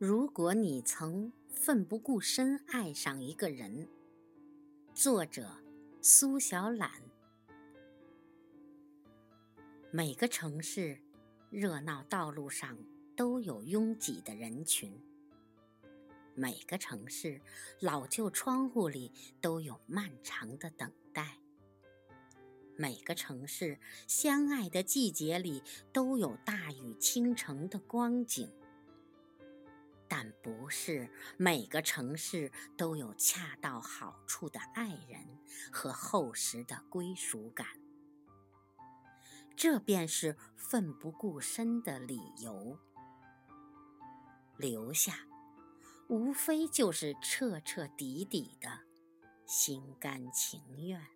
如果你曾奋不顾身爱上一个人，作者苏小懒。每个城市热闹道路上都有拥挤的人群，每个城市老旧窗户里都有漫长的等待，每个城市相爱的季节里都有大雨倾城的光景。但不是每个城市都有恰到好处的爱人和厚实的归属感。这便是奋不顾身的理由。留下，无非就是彻彻底底的心甘情愿。